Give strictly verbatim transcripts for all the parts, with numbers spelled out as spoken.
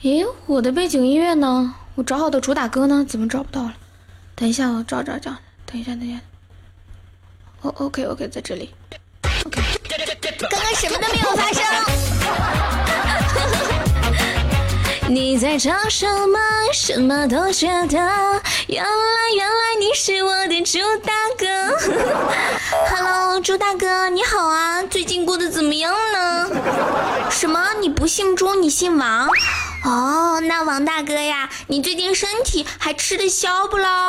咦，我的背景音乐呢？我找好的主打歌呢？怎么找不到了？等一下，我找找找。等一下，等一下。哦 ，OK OK， 在这里。OK。 刚刚什么都没有发生。 你在找什么？什么都觉得，原来原来你是我的猪大哥。 Hello， 猪大哥，你好啊，最近过得怎么样呢？什么？你不姓朱，你姓王？哦，那王大哥呀，你最近身体还吃得消不咯？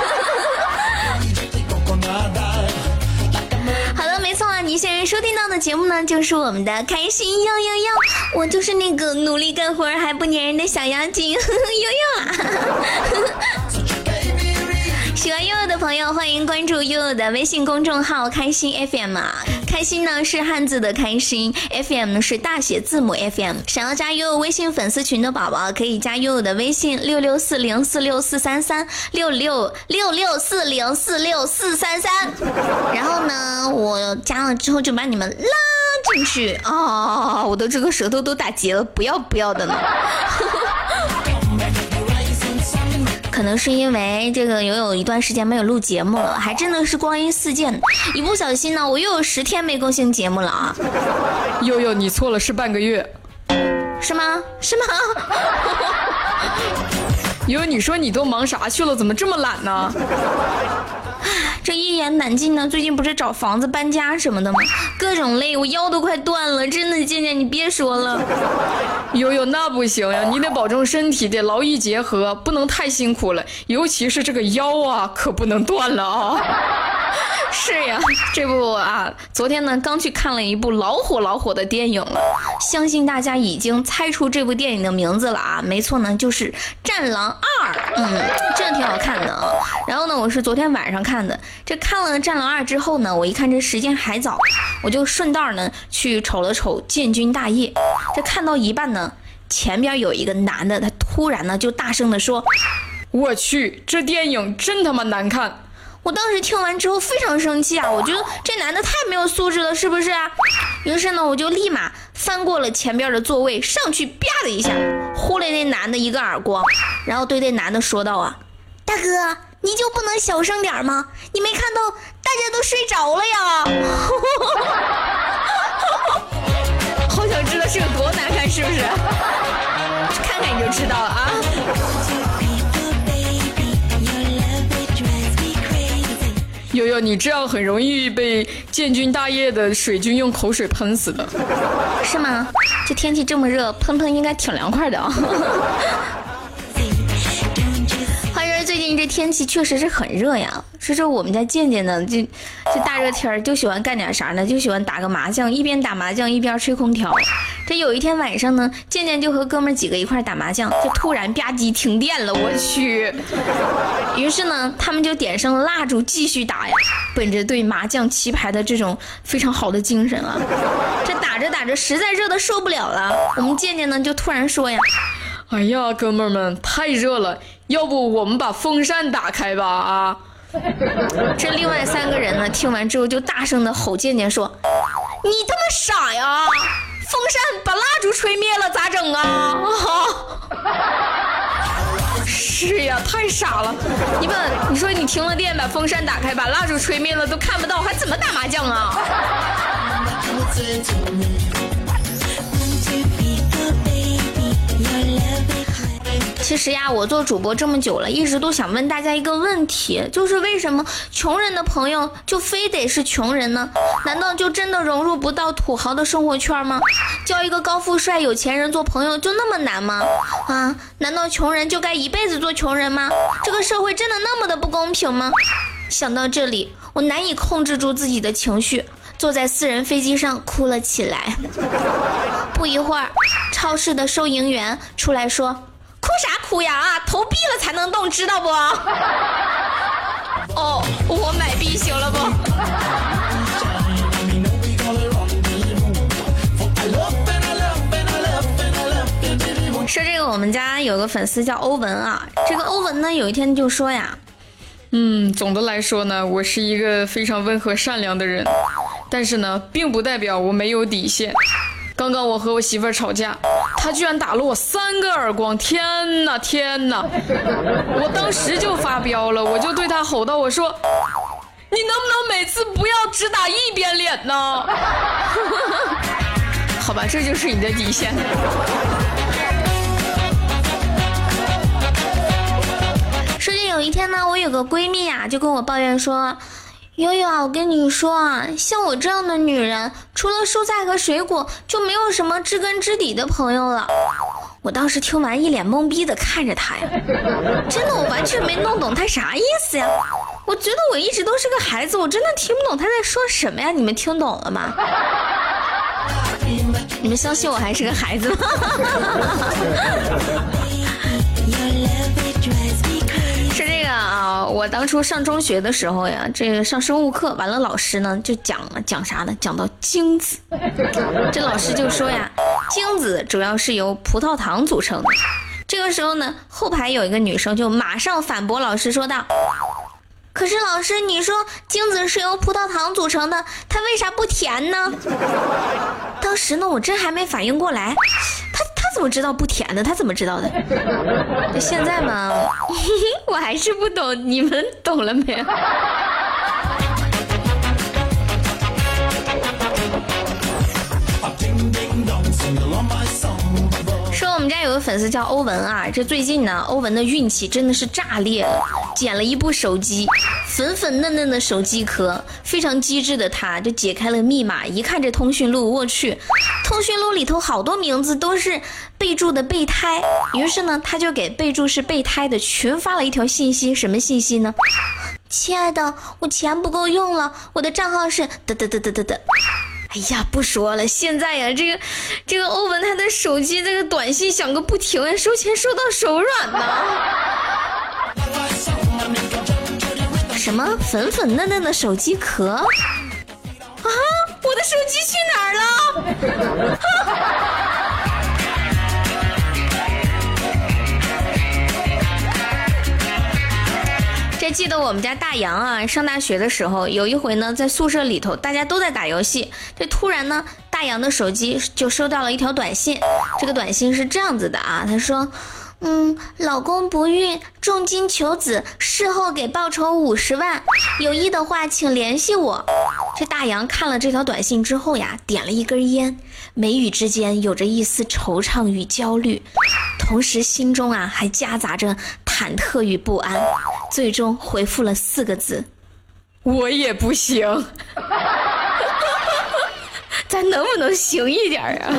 好了，没错啊，你现在收听到的节目呢，就是我们的开心悠悠悠，我就是那个努力干活还不粘人的小妖精悠悠啊。喜欢悠悠的朋友，欢迎关注悠悠的微信公众号开心 F M 啊。开心呢是汉字的开心 ，F M 呢是大写字母 F M。想要加悠悠微信粉丝群的宝宝，可以加悠悠的微信六六四零四六四三三六六六六四零四六四三三。然后呢，我加了之后就把你们拉进去啊、哦！我的这个舌头都打结了，不要不要的呢。可能是因为这个又有一段时间没有录节目了，还真的是光阴似箭，一不小心呢，我又有十天没更新节目了啊！ 悠悠，你错了，是半个月， 是吗？是吗？ 悠悠，你说你都忙啥去了？怎么这么懒呢？ 这一言难尽呢，最近不是找房子搬家什么的吗？各种累，我腰都快断了，真的，健健你别说了。 悠悠，那不行呀，你得保重身体，得劳逸结合，不能太辛苦了，尤其是这个腰啊，可不能断了啊。 是呀，这部啊，昨天呢刚去看了一部老火老火的电影了，相信大家已经猜出这部电影的名字了啊，没错呢，就是《战狼二》，嗯，真的挺好看的啊。然后呢，我是昨天晚上看的，这看了《战狼二》之后呢，我一看这时间还早，我就顺道呢去瞅了瞅《建军大业》，这看到一半呢，前边有一个男的，他突然呢就大声的说：“ 我去，这电影真他妈难看！” 我当时听完之后非常生气啊，我觉得这男的太没有素质了，是不是啊？于是呢，我就立马翻过了前边的座位，上去啪的一下呼了那男的一个耳光，然后对那男的说道啊：“大哥，你就不能小声点吗？你没看到大家都睡着了呀？” 好想知道是有多难看，是不是？看看你就知道了啊。 悠悠，你这样很容易被建军大业的水军用口水喷死的。 是吗？这天气这么热，喷喷应该挺凉快的啊。话说最近这天气确实是很热呀，说说我们家健健呢，这这大热天就喜欢干点啥呢？就喜欢打个麻将，一边打麻将一边吹空调。这有一天晚上呢，健健就和哥们几个一块打麻将，就突然吧唧停电了，我去！于是呢，他们就点上蜡烛继续打呀，本着对麻将棋牌的这种非常好的精神啊，这打着打着实在热的受不了了，我们健健呢就突然说呀：“ 哎呀，哥们儿们，太热了，要不我们把风扇打开吧啊！” 这另外三个人呢，听完之后就大声的吼健健说：“你他妈傻呀！风扇把蜡烛吹灭了咋整啊？”是呀，太傻了！你们，你说你停了电，把风扇打开，把蜡烛吹灭了，都看不到，还怎么打麻将啊？其实呀，我做主播这么久了，一直都想问大家一个问题，就是为什么穷人的朋友就非得是穷人呢？难道就真的融入不到土豪的生活圈吗？交一个高富帅有钱人做朋友就那么难吗？啊，难道穷人就该一辈子做穷人吗？这个社会真的那么的不公平吗？想到这里，我难以控制住自己的情绪，坐在私人飞机上哭了起来。不一会儿，超市的收银员出来说：“哭啥哭呀啊！投币了才能动，知道不？”哦，我买币行了不？说这个，我们家有个粉丝叫欧文啊，这个欧文呢，有一天就说呀：“ 嗯，总的来说呢，我是一个非常温和善良的人，但是呢，并不代表我没有底线。刚刚我和我媳妇儿吵架， 他居然打了我三个耳光，天哪天哪！我当时就发飙了，我就对他吼道，我说你能不能每次不要只打一边脸呢？好吧，这就是你的底线。 说这有一天呢，我有个闺蜜啊，就跟我抱怨说，悠悠啊，我跟你说啊，像我这样的女人，除了蔬菜和水果，就没有什么知根知底的朋友了。我当时听完一脸懵逼的看着她呀，真的我完全没弄懂她啥意思呀。我觉得我一直都是个孩子，我真的听不懂她在说什么呀。你们听懂了吗？你们相信我还是个孩子吗？是这个啊，我当初上中学的时候呀，这个上生物课，完了老师呢就讲讲啥呢？讲到精子，这老师就说呀，精子主要是由葡萄糖组成的。这个时候呢，后排有一个女生就马上反驳老师说道，可是老师，你说精子是由葡萄糖组成的，它为啥不甜呢？当时呢，我真还没反应过来，他他怎么知道不甜的？他怎么知道的？现在嘛，我还是不懂，你们懂了没有？说我们家有个粉丝叫欧文啊，这最近呢，欧文的运气真的是炸裂了，捡了一部手机，粉粉嫩嫩的手机壳，非常机智的他就解开了密码，一看这通讯录，我去，通讯录里头好多名字都是备注的备胎，于是呢，他就给备注是备胎的群发了一条信息，什么信息呢？亲爱的，我钱不够用了，我的账号是得得得得得得。哎呀，不说了，现在呀，这个这个欧文他的手机这个短信响个不停呀，收钱收到手软呢。什么粉粉嫩嫩的手机壳啊？我的手机去哪儿了？这记得我们家大洋啊，上大学的时候，有一回呢，在宿舍里头，大家都在打游戏，这突然呢，大洋的手机就收到了一条短信。这个短信是这样子的啊，他说，嗯，老公不孕，重金求子，事后给报酬五十万，有意的话请联系我。这大洋看了这条短信之后呀，点了一根烟，眉宇之间有着一丝惆怅与焦虑，同时心中啊还夹杂着忐忑与不安，最终回复了四个字： 我也不行。 咱能不能行一点啊？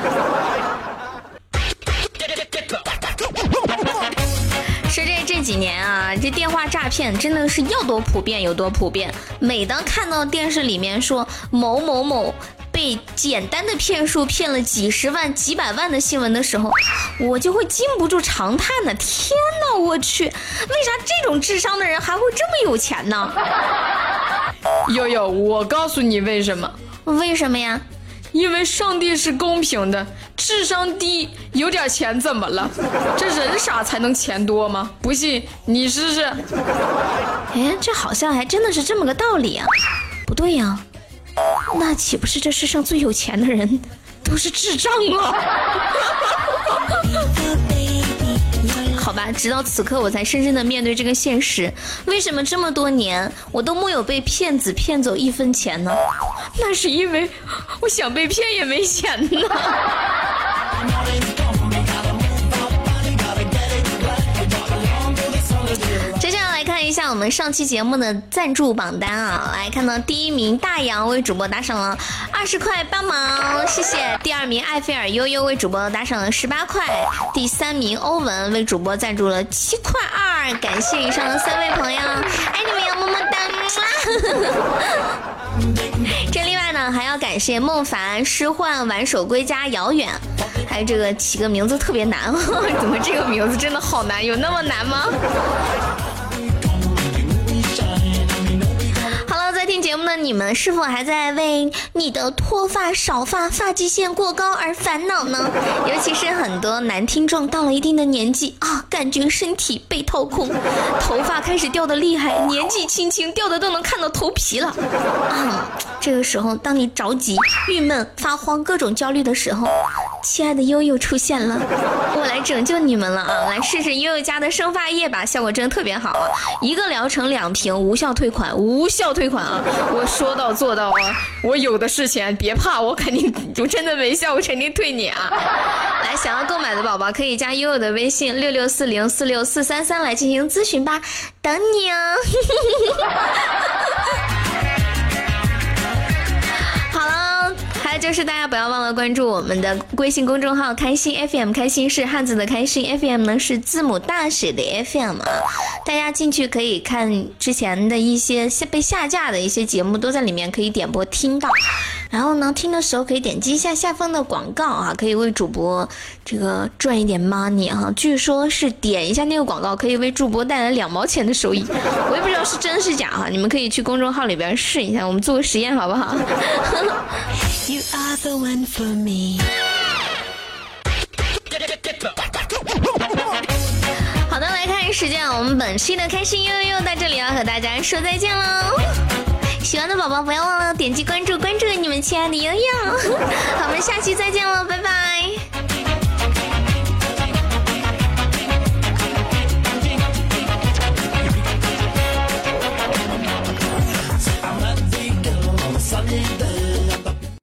是这这几年啊，这电话诈骗真的是要多普遍有多普遍。每当看到电视里面说某某某被简单的骗术骗了几十万几百万的新闻的时候，我就会禁不住长叹呢，天哪，我去，为啥这种智商的人还会这么有钱呢？ 悠悠，我告诉你为什么？ 为什么呀？ 因为上帝是公平的，智商低有点钱怎么了？这人傻才能钱多吗？不信你试试。 哎，这好像还真的是这么个道理啊。不对呀，那岂不是这世上最有钱的人都是智障啊？好吧，直到此刻我才深深的面对这个现实，为什么这么多年我都没有被骗子骗走一分钱呢？那是因为我想被骗也没钱呢。接下来看一下我们上期节目的赞助榜单啊，来看到第一名大洋为主播打赏了二十块帮忙，谢谢。第二名艾菲尔悠悠为主播打赏了十八块，第三名欧文为主播赞助了七块二，感谢以上的三位朋友，爱你们呀，么么哒。这另外呢，还要感谢孟凡、诗焕、挽手归家、遥远，还有这个起个名字特别难，怎么这个名字真的好难，有那么难吗？听节目的你们是否还在为你的脱发、少发、发际线过高而烦恼呢？尤其是很多男听众到了一定的年纪啊，感觉身体被掏空，头发开始掉得厉害，年纪轻轻掉的都能看到头皮了啊。 这个时候，当你着急、郁闷、发慌、各种焦虑的时候，亲爱的悠悠出现了，我来拯救你们了啊！来试试悠悠家的生发液吧，效果真的特别好啊！一个疗程两瓶，无效退款，无效退款啊！ 我说到做到啊！我有的是钱，别怕，我肯定就真的没效，我肯定退你啊！ 来，想要购买的宝宝可以加悠悠的微信六六四零四六四三三来进行咨询吧，等你哦！好了，还有就是大家不要忘了关注我们的微信公众号开心 F M， 开心是汉字的开心 ，F M 呢是字母大写的 F M 啊。大家进去可以看之前的一些被下架的一些节目都在里面可以点播听到，然后呢听的时候可以点击一下下方的广告啊，可以为主播这个赚一点 money 哈、啊。据说是点一下那个广告可以为主播带来两毛钱的收益，我也不知道是真是假哈、啊，你们可以去公众号里边试一下，我们做个实验好不好？You are the one for me。好的，来看时间，我们本期的开心悠悠到这里要和大家说再见喽。喜欢的宝宝不要忘了点击关注，关注你们亲爱的悠悠。好，我们下期再见喽，拜拜。